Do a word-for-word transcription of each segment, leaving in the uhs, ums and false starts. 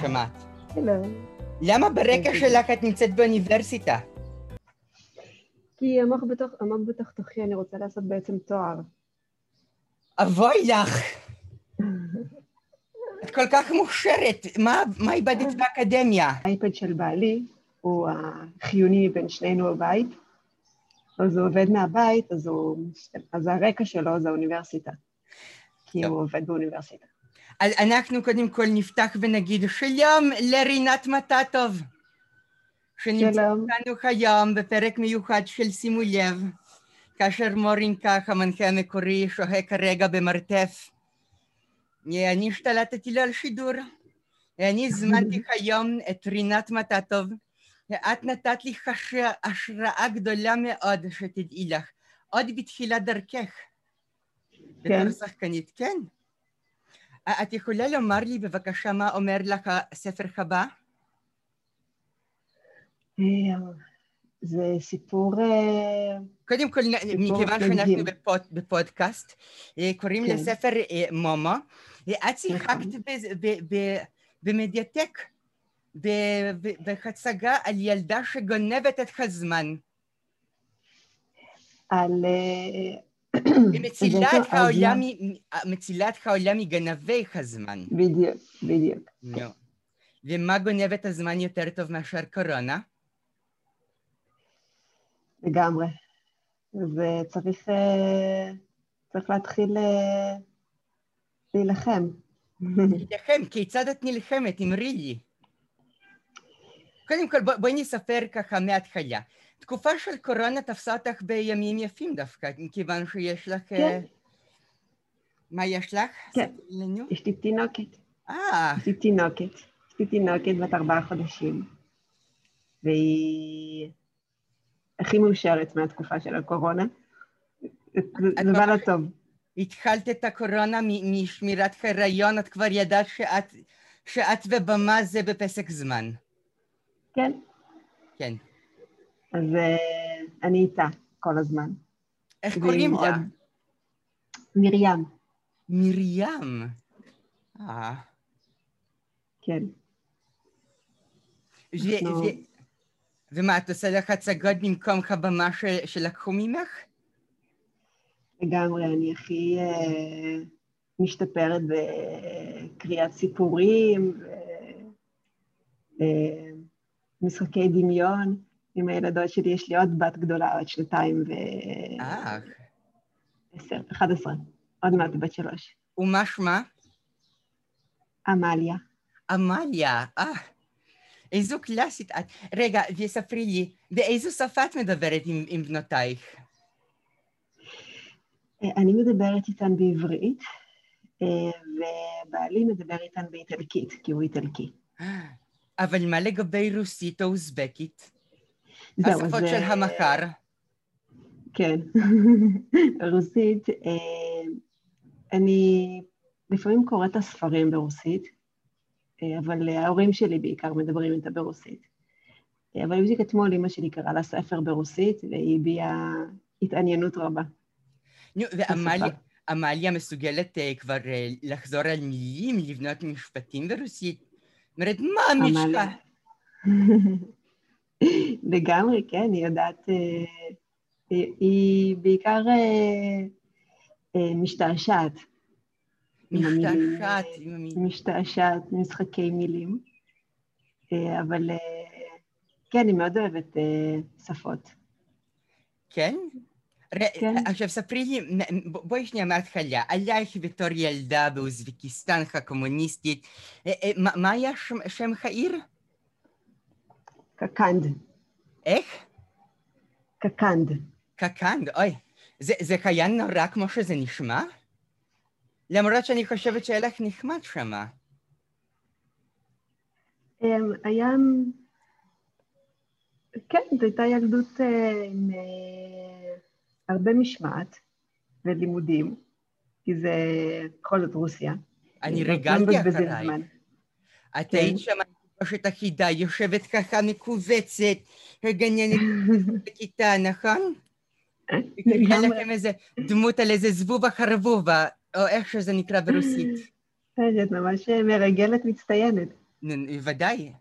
שמעת. לא. למה ברקע שלך את נמצאת באוניברסיטה? כי עמוק בתוך, עמוק בתוך תוכי אני רוצה לעשות בעצם תואר. אבוי לך. את כל כך מוכשרת. מה, מה איבדת באקדמיה? האייפד של בעלי הוא החיוני בין שנינו בבית. אז הוא עובד מהבית, אז, הוא, אז הרקע שלו זה האוניברסיטה. כי הוא עובד באוניברסיטה. אז אנחנו קודם כל נפתח ונגיד שלום לרינת מטטוב. שנמצאת איתנו היום בפרק מיוחד של שימו לב, כאשר מורין כך, המנחה המקורי, שוהה כרגע במרתף. אני השתלטתי לו על שידור. אני הזמנתי היום את רינת מטטוב. את נתת לי השראה גדולה מאוד שתדעי לך. עוד בתחילת דרכך. כן. בתור שחקנית, כן. את יכולה לומר לי בבקשה מה אומר לך ספר חב"א? זה סיפור... קודם כל, מכיוון שאנחנו בפודקאסט, קוראים לספר מומו, את שיחקת במדיאטק, בהצגה על ילדה שגונבת את הזמן. על... מצילה את העולם מגנבי הזמן. בדיוק, בדיוק. ומה גונב את הזמן יותר טוב מאשר קורונה? לגמרי. וצריך צריך להתחיל להילחם. להילחם? כיצד את נלחמת? אמרי לי. קודם כל בואי נספר ככה מההתחלה. תקופה של קורונה תפסה אותך בימים יפים דווקא, מכיוון שיש לך... כן. מה יש לך? כן. יש לי תינוקת. אה. יש לי תינוקת. יש לי תינוקת בת ארבעה חודשים. והיא הכי מאושרת מהתקופה של הקורונה. זה בא לה טוב. התחלת את הקורונה משמירת הריון, את כבר ידעת שאת, שאת ובמה זה בפסק זמן. כן. כן. אז אני איתה כל הזמן. איך קוראים לה? מרים. מרים. אה. כן. ומה, את עושה לך הצגות במקום הבמה שלקחו ממך? לגמרי, אני הכי משתפרת בקריאת סיפורים, ומשחקי דמיון. עם הילדות שלי יש לי עוד בת גדולה, עוד שנתיים ו... אה. עשר, אחד עשרה. עוד מעט בת שלוש. ומה שמה? עמליה. עמליה, אה. איזו קלאסית את. רגע, וספרי לי, באיזו שפה את מדברת עם, עם בנותייך? אני מדברת איתן בעברית, ובעלי מדבר איתן באיטלקית, כי הוא איטלקי. אבל מה לגבי רוסית או אוזבקית? השפות של המחר. כן. רוסית, אני לפעמים קוראת את הספרים ברוסית, אבל ההורים שלי בעיקר מדברים איתה ברוסית. אבל בדיוק אתמול אמא שלי קראה לה ספר ברוסית, והיא הביעה התעניינות רבה. ועמליה מסוגלת כבר לחזור על מילים, לבנות משפטים ברוסית? זאת אומרת, מה המשפט? לגמרי, כן, היא יודעת, היא בעיקר משתעשעת. משתעשעת. משתעשעת, משחקי מילים. אבל כן, היא מאוד אוהבת שפות. כן? עכשיו ספרי לי, בואי שנייה מההתחלה, עלייך בתור ילדה באוזבקיסטן הקומוניסטית, מה היה שם העיר? קקנד. איך? קקנד. קקנד, אוי, זה, זה היה נורא כמו שזה נשמע? למרות שאני חושבת שהיה לך נחמד שמה. היה... כן, זו הייתה ילדות עם הרבה משמעת ולימודים, כי זה בכל זאת רוסיה. אני רגלתי אחריי. את היית שם פשוט אחידה, יושבת ככה מקובצת, הגננת בכיתה, נכון? היה לכם איזה דמות על איזה זבובה חרבובה, או איך שזה נקרא ברוסית. את ממש מרגלת מצטיינת. ודאי.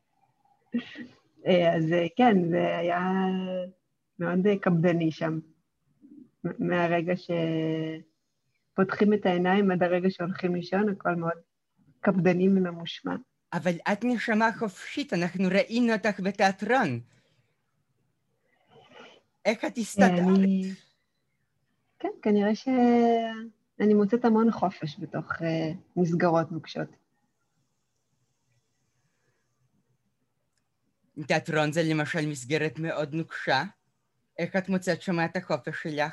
אז כן, זה היה מאוד קפדני שם. מהרגע שפותחים את העיניים עד הרגע שהולכים לישון, הכל מאוד קפדני וממושמע. אבל את נשמה חופשית, אנחנו ראינו אותך בתיאטרון. איך את הסתתרת? אני... כן, כנראה שאני מוצאת המון חופש בתוך uh, מסגרות נוקשות. תיאטרון זה למשל מסגרת מאוד נוקשה. איך את מוצאת שמה את החופש שלך?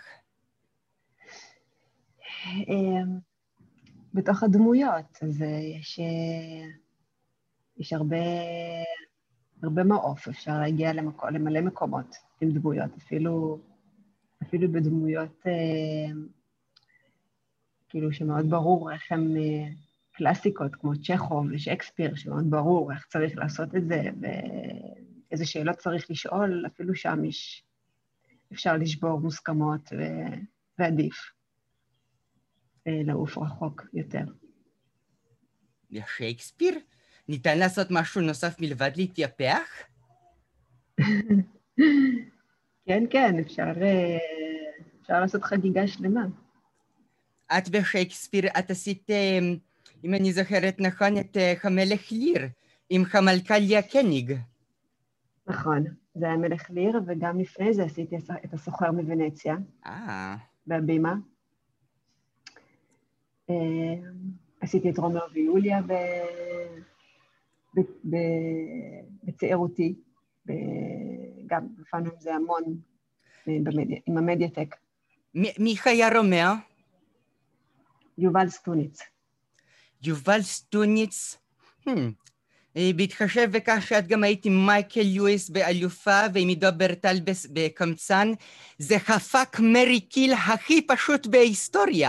Um, בתוך הדמויות, אז uh, יש, uh, יש הרבה, הרבה מעוף, אפשר להגיע למקו, למלא מקומות עם דמויות, אפילו, אפילו בדמויות uh, כאילו שמאוד ברור איך הם uh, קלאסיקות כמו צ'כוב ושייקספיר, שמאוד ברור איך צריך לעשות את זה, ואיזה שאלות צריך לשאול, אפילו שם יש, אפשר לשבור מוסכמות ו... ועדיף לעוף רחוק יותר. לשייקספיר? ניתן לעשות משהו נוסף מלבד להתייפח? כן, כן, אפשר, אפשר לעשות חגיגה שלמה. את בשייקספיר, את עשית, אם אני זוכרת נכון, את המלך ליר, עם המלכה קניג. נכון, זה היה מלך ליר, וגם לפני זה עשיתי את הסוחר מוונציה. אה. בבימה. עשיתי את רומאו ויוליה בצעירותי, גם בפענו עם זה המון עם המדיאטק. מי היה רומאו? יובל סטוניץ. יובל סטוניץ? בהתחשב בכך שאת גם היית עם מייקל לואיס באלופה ועם עידו ברטל בקמצן, זה הפק מרי קיל הכי פשוט בהיסטוריה.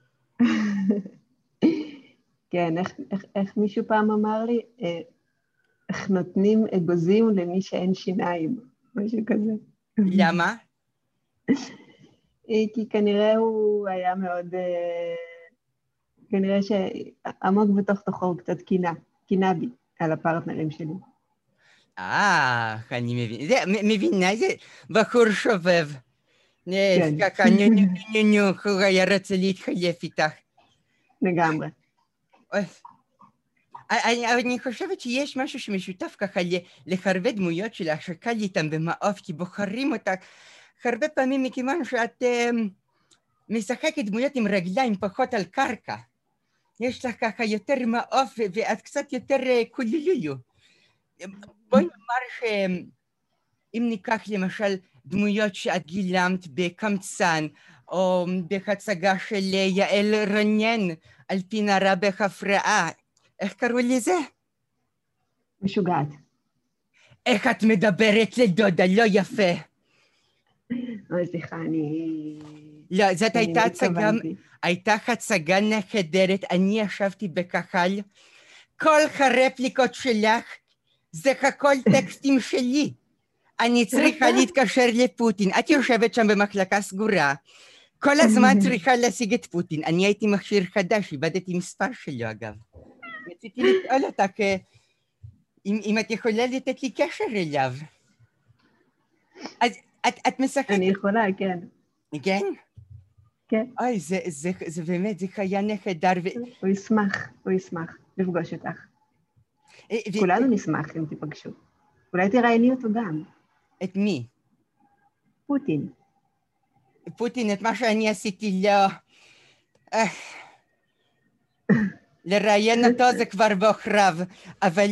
כן, איך, איך, איך מישהו פעם אמר לי, איך נותנים אגוזים למי שאין שיניים, משהו כזה. למה? כי כנראה הוא היה מאוד, כנראה שעמוק בתוך תוכו הוא קצת קינה, קינה בי על הפרטנרים שלי. אה, אני מבין, זה, מבינה, זה בחור שובב. כן. ככה, נו, נו, נו, נו, הוא היה רוצה להתחלף איתך. לגמרי. אני, אני חושבת שיש משהו שמשותף ככה להרבה דמויות שלך שקל איתם במעוף, כי בוחרים אותך הרבה פעמים מכיוון שאת um, משחקת דמויות עם רגליים פחות על קרקע. יש לך ככה יותר מעוף ואת קצת יותר uh, קולולולו. בואי נאמר שאם ניקח למשל דמויות שאת גילמת בקמצן, או בהצגה של יעל רונן על פי נערה בהפרעה, איך קראו לזה? משוגעת. איך את מדברת לדודה, לא יפה. אוי, סליחה, אני... לא, זאת הייתה הצגה, הייתה הצגה נהדרת, אני ישבתי בקהל, כל הרפליקות שלך זה הכל טקסטים שלי. אני צריכה להתקשר לפוטין, את יושבת שם במחלקה סגורה, כל הזמן צריכה להשיג את פוטין, אני הייתי מכשיר חדש, איבדתי מספר שלו אגב. רציתי לשאול אותך, אם, אם את יכולה לתת לי קשר אליו. אז את, את משחקת... אני יכולה, כן. כן? כן. אוי, זה, זה, זה באמת, זה חיה נהדר. ו... הוא ישמח, הוא ישמח לפגוש אותך. ו... כולנו נשמח אם תיפגשו. אולי תראייני אותו גם. את מי? פוטין. פוטין, את מה שאני עשיתי לא... לראיין אותו זה כבר בעוכריו, אבל...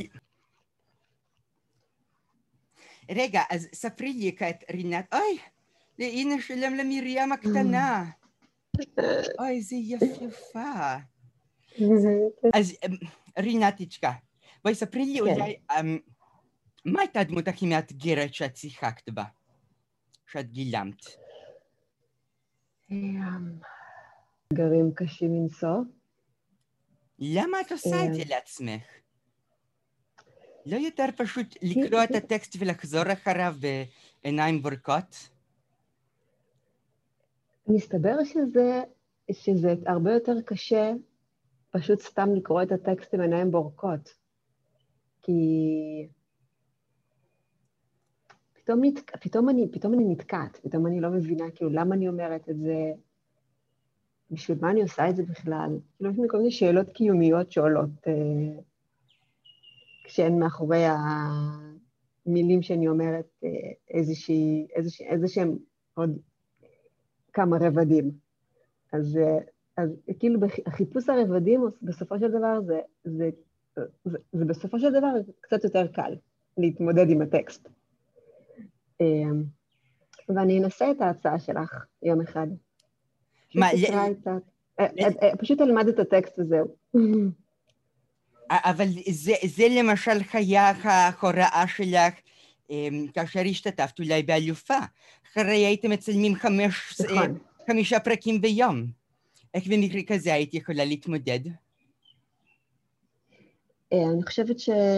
רגע, אז ספרי לי כעת, רינת, אוי, הנה שלם למרים הקטנה. אוי, איזה יפה. אז רינתיצ'קה, בואי ספרי לי אולי, מה הייתה הדמות הכי מאתגרת שאת שיחקת בה, שאת גילמת? גרים קשים מנשוא. למה את עושה את זה לעצמך? לא יותר פשוט לקרוא את הטקסט ולחזור אחריו בעיניים בורקות? מסתבר שזה, שזה הרבה יותר קשה פשוט סתם לקרוא את הטקסט עם עיניים בורקות. כי פתאום, נת... פתאום, אני, פתאום אני נתקעת, פתאום אני לא מבינה, כאילו, למה אני אומרת את זה, בשביל מה אני עושה את זה בכלל? כאילו, יש לי כל מיני שאלות קיומיות שעולות, אה, כשאין מאחורי המילים שאני אומרת אה, איזושהי, איזושהי, איזשהם עוד כמה רבדים. אז, אה, אז כאילו, החיפוש הרבדים, בסופו של דבר, זה, זה, זה, זה בסופו של דבר קצת יותר קל להתמודד עם הטקסט. ואני אנסה את ההצעה שלך יום אחד. פשוט תקרא את ה... פשוט אלמד את הטקסט וזהו. אבל זה למשל היה ההוראה שלך כאשר השתתפת אולי באלופה. אחרי הייתם מצלמים חמישה פרקים ביום. איך במקרה כזה היית יכולה להתמודד? אני חושבת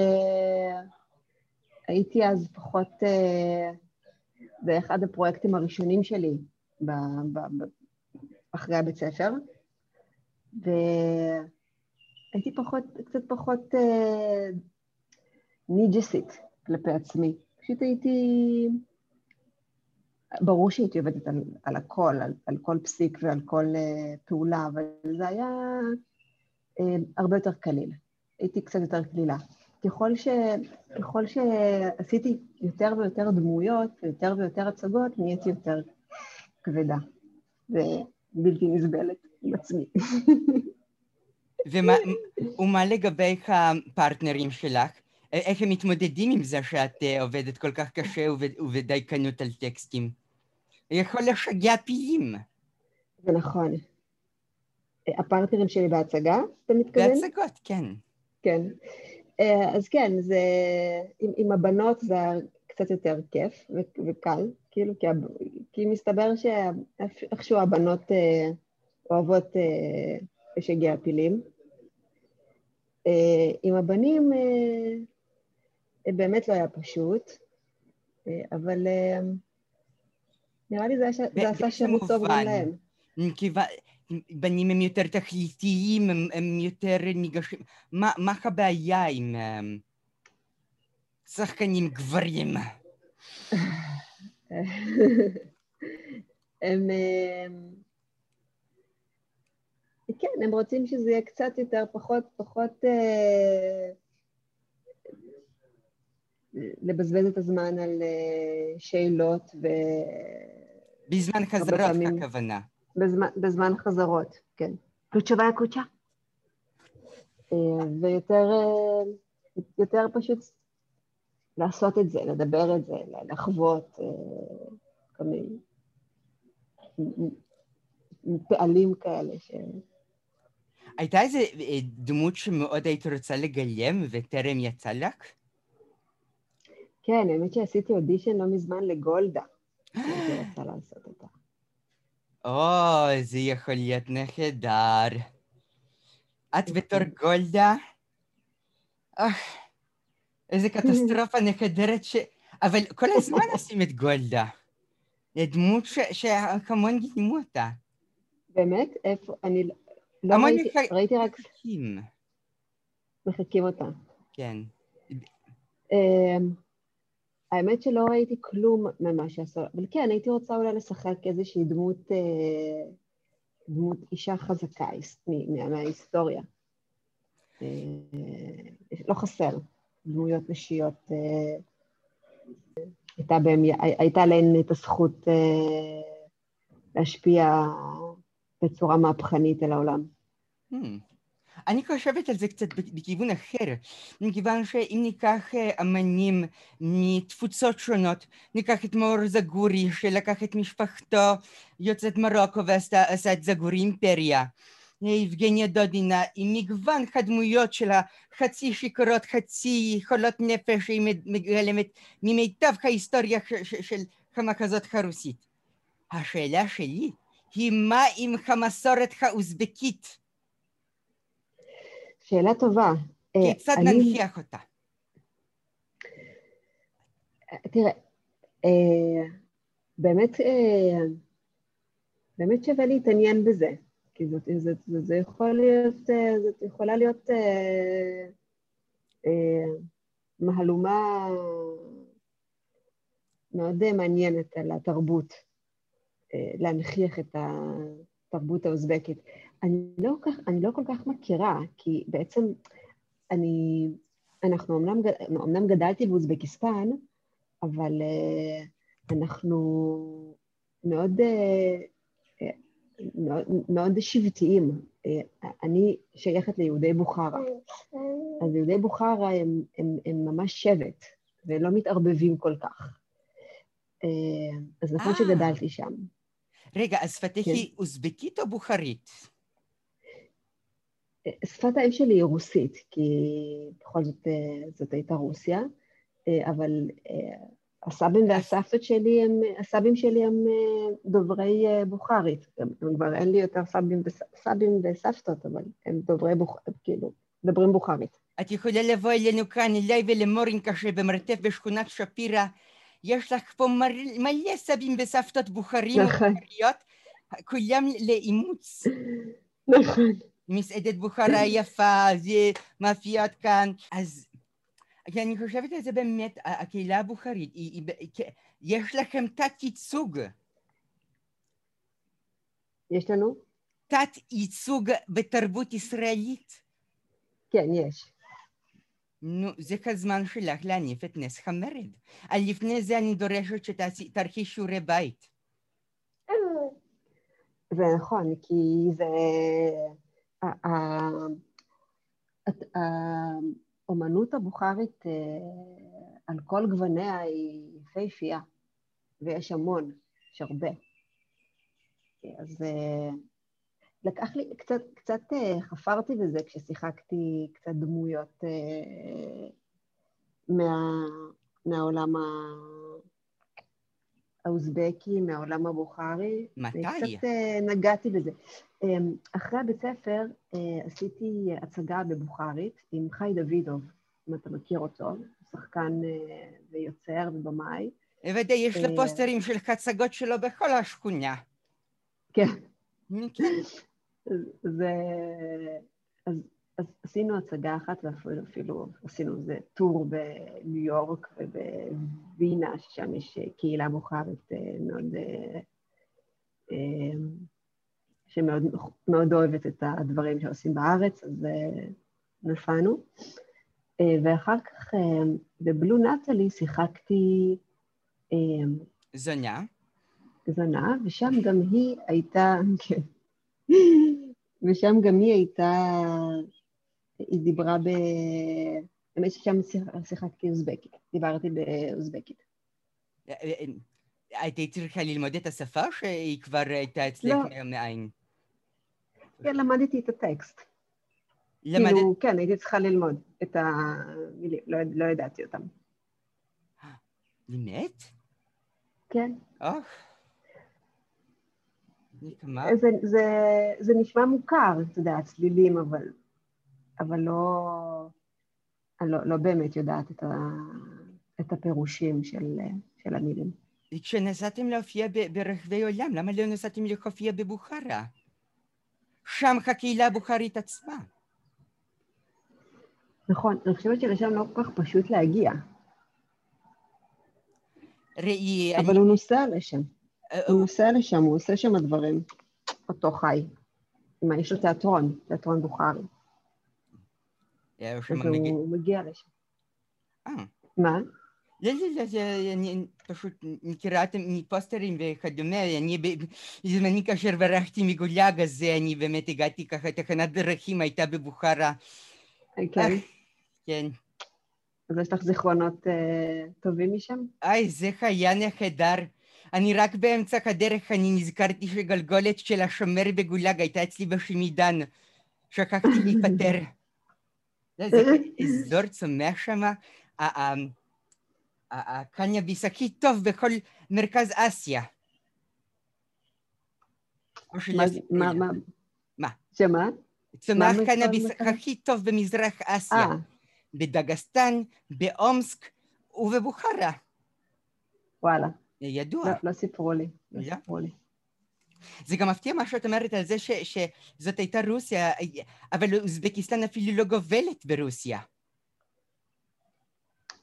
שהייתי אז פחות... זה אחד הפרויקטים הראשונים שלי אחרי הבית ספר, והייתי פחות, קצת פחות ניג'סית כלפי עצמי. פשוט הייתי, ברור שהייתי עובדת על, על הכל, על, על כל פסיק ועל כל פעולה, אבל זה היה הרבה יותר קליל. הייתי קצת יותר קלילה. ככל ש... ככל שעשיתי יותר ויותר דמויות, ויותר ויותר הצגות, נהייתי יותר כבדה. ובלתי נסבלת עם עצמי. ומה, ומה לגבי הפרטנרים שלך? איך הם מתמודדים עם זה שאת עובדת כל כך קשה ובדייקנות על טקסטים? יכול לשגע פילים. זה נכון. הפרטנרים שלי בהצגה, אתה מתכוון? בהצגות, כן. כן. אז כן, זה, עם, עם הבנות זה קצת יותר כיף ו- וקל, כאילו, כי, כי מסתבר שאיכשהו הבנות אה, אוהבות אה, לשגע פילים. אה, עם הבנים אה, באמת לא היה פשוט, אה, אבל אה, נראה לי זה, ב- זה עשה שירות טוב גם להם. כיוון... בנים הם יותר תכליתיים, הם, הם יותר ניגשים. מה, מה הבעיה עם um, שחקנים גברים? הם, כן, הם רוצים שזה יהיה קצת יותר, פחות, פחות אה, לבזבז את הזמן על אה, שאלות ו... בזמן חזרות פעמים, הכוונה. בזמן, בזמן חזרות, כן. קוצ'ה ויה קוצ'ה. ויותר יותר פשוט לעשות את זה, לדבר את זה, לחוות כמה פעלים כאלה. ש... הייתה איזו דמות שמאוד היית רוצה לגלם וטרם יצא לך? כן, האמת שעשיתי אודישן לא מזמן לגולדה. הייתי רוצה לעשות אותה. או, זה יכול להיות נהדר. את בתור גולדה? אך, איזה קטסטרופה נהדרת ש... אבל כל הזמן עושים את גולדה. זה דמות שהמון גילמו אותה. באמת? איפה? אני לא ראיתי, ראיתי רק... מחכים. מחכים אותה. כן. האמת שלא ראיתי כלום ממה שעשו, אבל כן, הייתי רוצה אולי לשחק איזושהי דמות, דמות אישה חזקה מההיסטוריה. לא חסר דמויות נשיות. הייתה, בהם, הייתה להן את הזכות להשפיע בצורה מהפכנית על העולם. Hmm. אני חושבת על זה קצת בכיוון אחר, מכיוון שאם ניקח אמנים מתפוצות שונות, ניקח את מאור זגורי שלקח את משפחתו יוצאת מרוקו ועשה את זגורי אימפריה, יבגניה דודינה עם מגוון הדמויות של החצי שיכורות, חצי חולות נפש שהיא מגלמת ממיטב ההיסטוריה של המחזות הרוסית. השאלה שלי היא מה עם המסורת האוזבקית? שאלה טובה. כיצד אני... ננחיח אותה? תראה, באמת, באמת שווה להתעניין בזה, כי זאת, זה, זה, זה יכול להיות, זאת יכולה להיות אה, אה, מהלומה מאוד מעניינת על התרבות, להנכיח את התרבות האוזבקית. אני לא, כך, אני לא כל כך מכירה, כי בעצם אני, אנחנו אמנם, אמנם גדלתי באוזבקיסטן, אבל אנחנו מאוד, מאוד, מאוד שבטיים. אני שייכת ליהודי בוכרה. אז יהודי בוכרה הם, הם, הם ממש שבט, ולא מתערבבים כל כך. אז נכון שגדלתי שם. רגע, אז שפתך היא אוזבקית או בוכרית? שפת האם שלי היא רוסית, כי בכל זאת זאת הייתה רוסיה, אבל הסבים והסבתות שלי, הם, הסבים שלי הם דוברי בוכרית. הם כבר אין לי יותר סבים, סבים וסבתות, אבל הם דוברי בוכרית, כאילו, דברים בוכרית. את יכולה לבוא אלינו כאן, אליי ולמורינקה שבמרתף בשכונת שפירא, יש לך פה מלא סבים וסבתות בוכרים ובוכריות, כולם לאימוץ. נכון. מסעדת בוכרה יפה, זה מאפיות כאן. אז אני חושבת על זה באמת, הקהילה הבוכרית, יש לכם תת ייצוג. יש לנו? תת ייצוג בתרבות ישראלית. כן, יש. נו, זה הזמן שלך להניף את נס המרד. על לפני זה אני דורשת שתערכי שיעורי בית. זה נכון, כי זה... האומנות הבוכרית על כל גווניה היא יפהפייה, ויש המון, יש הרבה. אז לקח לי, קצת, קצת חפרתי בזה כששיחקתי קצת דמויות מה, מהעולם האוזבקי, מהעולם הבוכרי. מתי? קצת נגעתי בזה. אחרי הבית ספר עשיתי הצגה בבוכרית עם חי דוידוב, אם אתה מכיר אותו, שחקן ויוצר ובמאי. ודאי, יש לו פוסטרים של הצגות שלו בכל השכונה. כן. כן. אז, אז, אז עשינו הצגה אחת, ואפילו אפילו, עשינו איזה טור בניו יורק ובווינה, ששם יש קהילה בוכרית מאוד, שמאוד מאוד אוהבת את הדברים שעושים בארץ, אז נסענו. ואחר כך בבלו נטלי שיחקתי זונה. זונה, ושם גם היא הייתה, כן, ושם גם היא הייתה, היא דיברה ב... באמת ששם שיחקתי אוזבקית, דיברתי באוזבקית. היית צריכה ללמוד את השפה שהיא כבר הייתה אצלך מאין? כן, למדתי את הטקסט. למדת? כאילו, כן, הייתי צריכה ללמוד את המילים, לא ידעתי אותם. באמת? כן. אוח. זה, זה, זה נשמע מוכר, אתה יודע, צלילים, אבל, אבל לא, אני לא, לא באמת יודעת את, ה, את הפירושים של, של המילים. כשנסעתם להופיע ברחבי עולם, למה לא נסעתם להופיע בבוכרה? שם הקהילה הבוכרית עצמה. נכון, אני חושבת שלשם לא כל כך פשוט להגיע. ראי, אבל אני... הוא נוסע לשם. הוא נוסע לשם, הוא עושה שם הדברים, אותו חי. יש לו תיאטרון, תיאטרון בוכרי. אז הוא מגיע לשם. מה? לא, לא, לא, אני פשוט מכירה מפוסטרים וכדומה, אני בזמני כאשר ברחתי מגולאג, אז אני באמת הגעתי ככה, תחנת דרכים הייתה בבוכרה. כן. כן. אז יש לך זיכרונות טובים משם? איי, זה היה נהדר. אני רק באמצע הדרך, אני נזכרתי שגלגולת של השומר בגולאג הייתה אצלי בשימידן. שכחתי להיפטר. זה אזור צומח שם, הקניאביס הכי טוב בכל מרכז אסיה. מה? מה? שמה? צומח קניאביס הכי טוב במזרח אסיה. בדגסטן, באומסק ובבוכרה. וואלה. ידוע. לא, לא סיפרו לי. לא סיפרו לי. זה גם מפתיע מה שאת אומרת על זה ש, שזאת הייתה רוסיה, אבל אוזבקיסטן אפילו לא גובלת ברוסיה.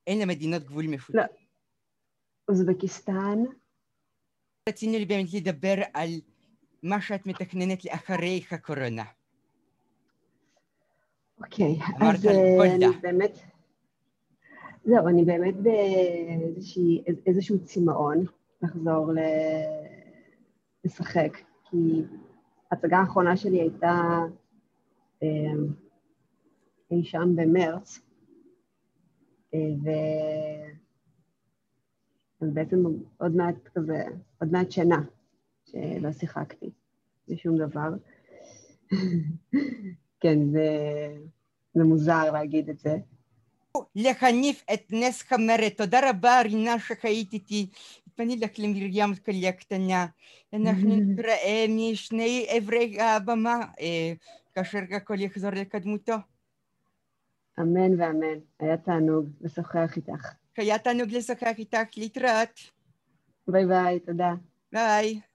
אין למדינות גבול מפותח. לא. אוזבקיסטן. רצינו לי באמת לדבר על מה שאת מתכננת לאחרי הקורונה. אוקיי, אמרת אז על גולדה. אני באמת... זהו, אני באמת באיזשהו צמאון לחזור לשחק, כי ההצגה האחרונה שלי הייתה אי שם במרץ, ו... אז בעצם עוד מעט כזה, עוד מעט שנה שלא שיחקתי בשום דבר. כן, זה, זה מוזר להגיד את זה. להניף את נס המרד. תודה רבה, רינה, שהיית איתי. תפני לך למרים קליה קטנה. אנחנו נתראה משני עברי הבמה, כאשר הכל יחזור לקדמותו. אמן ואמן. היה תענוג לשוחח איתך. היה תענוג לשוחח איתך. להתראות. ביי ביי, תודה. ביי.